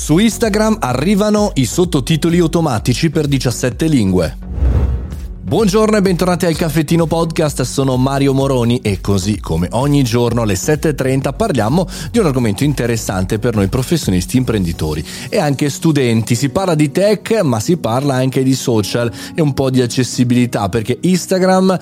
Su Instagram arrivano i sottotitoli automatici per 17 lingue. Buongiorno e bentornati al Caffettino Podcast, sono Mario Moroni e così come ogni giorno alle 7:30 parliamo di un argomento interessante per noi professionisti, imprenditori e anche studenti. Si parla di tech ma si parla anche di social e un po' di accessibilità, perché Instagram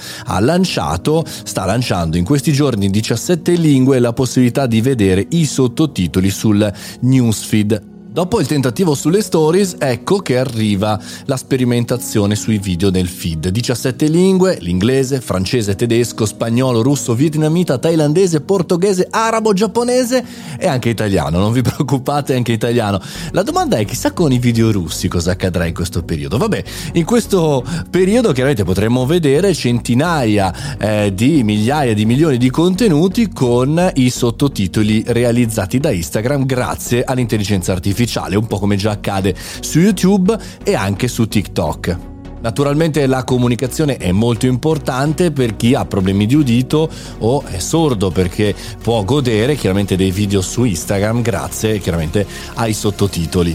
sta lanciando in questi giorni in 17 lingue la possibilità di vedere i sottotitoli sul newsfeed. Dopo il tentativo sulle stories, ecco che arriva la sperimentazione sui video nel feed. 17 lingue: l'inglese, francese, tedesco, spagnolo, russo, vietnamita, thailandese, portoghese, arabo, giapponese e anche italiano. Non vi preoccupate, anche italiano. La domanda è: chissà con i video russi cosa accadrà in questo periodo. Vabbè, in questo periodo chiaramente potremo vedere centinaia di migliaia di milioni di contenuti con i sottotitoli realizzati da Instagram grazie all'intelligenza artificiale, un po' come già accade su YouTube e anche su TikTok. Naturalmente la comunicazione è molto importante per chi ha problemi di udito o è sordo, perché può godere chiaramente dei video su Instagram grazie chiaramente ai sottotitoli.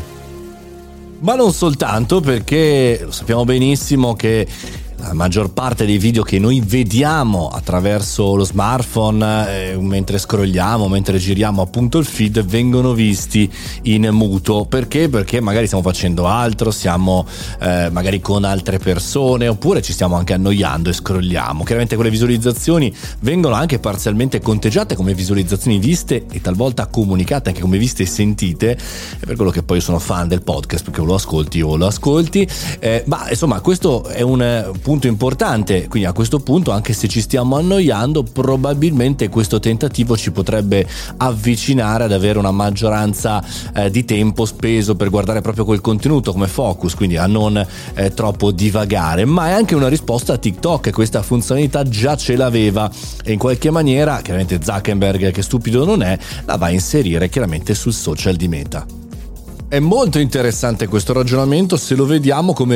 Ma non soltanto, perché lo sappiamo benissimo che la maggior parte dei video che noi vediamo attraverso lo smartphone mentre scrolliamo, mentre giriamo appunto il feed, vengono visti in muto. Perché? Perché magari stiamo facendo altro, siamo magari con altre persone, oppure ci stiamo anche annoiando e scrolliamo. Chiaramente quelle visualizzazioni vengono anche parzialmente conteggiate come visualizzazioni viste e talvolta comunicate anche come viste e sentite. È per quello che poi sono fan del podcast, perché o lo ascolti, ma insomma questo è un punto importante. Quindi a questo punto, anche se ci stiamo annoiando, probabilmente questo tentativo ci potrebbe avvicinare ad avere una maggioranza di tempo speso per guardare proprio quel contenuto come focus, quindi a non troppo divagare. Ma è anche una risposta a TikTok, questa funzionalità già ce l'aveva e in qualche maniera chiaramente Zuckerberg, che stupido non è, la va a inserire chiaramente sul social di Meta. È molto interessante questo ragionamento se lo vediamo come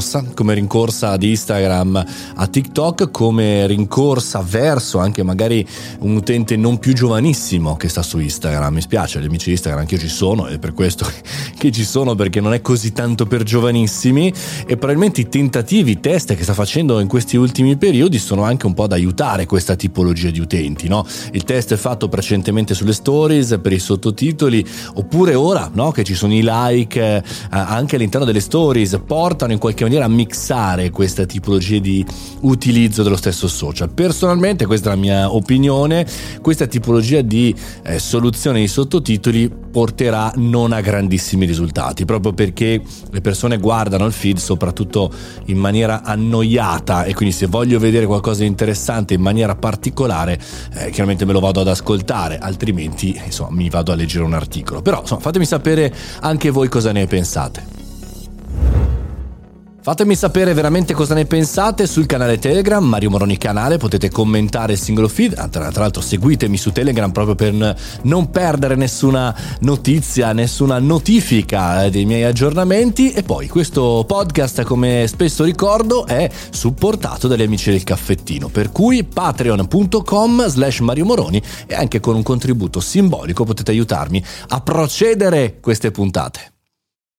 rincorsa di Instagram a TikTok, come rincorsa verso anche magari un utente non più giovanissimo che sta su Instagram. Mi spiace, gli amici di Instagram, anche io ci sono, ed è per questo che ci sono, perché non è così tanto per giovanissimi, e probabilmente i tentativi, i test che sta facendo in questi ultimi periodi sono anche un po' ad aiutare questa tipologia di utenti, no? Il test è fatto precedentemente sulle stories per i sottotitoli, oppure ora, no, che ci sono i like anche all'interno delle stories, portano in qualche maniera a mixare questa tipologia di utilizzo dello stesso social. Personalmente, questa è la mia opinione, questa tipologia di soluzione di sottotitoli porterà non a grandissimi risultati, proprio perché le persone guardano il feed soprattutto in maniera annoiata, e quindi se voglio vedere qualcosa di interessante in maniera particolare chiaramente me lo vado ad ascoltare, altrimenti insomma mi vado a leggere un articolo. Però insomma, fatemi sapere anche voi cosa ne pensate. Fatemi sapere veramente cosa ne pensate sul canale Telegram, Mario Moroni Canale, potete commentare il singolo feed, tra l'altro seguitemi su Telegram proprio per non perdere nessuna notizia, nessuna notifica dei miei aggiornamenti. E poi questo podcast, come spesso ricordo, è supportato dagli amici del Caffettino, per cui patreon.com/Mario Moroni, e anche con un contributo simbolico potete aiutarmi a procedere queste puntate.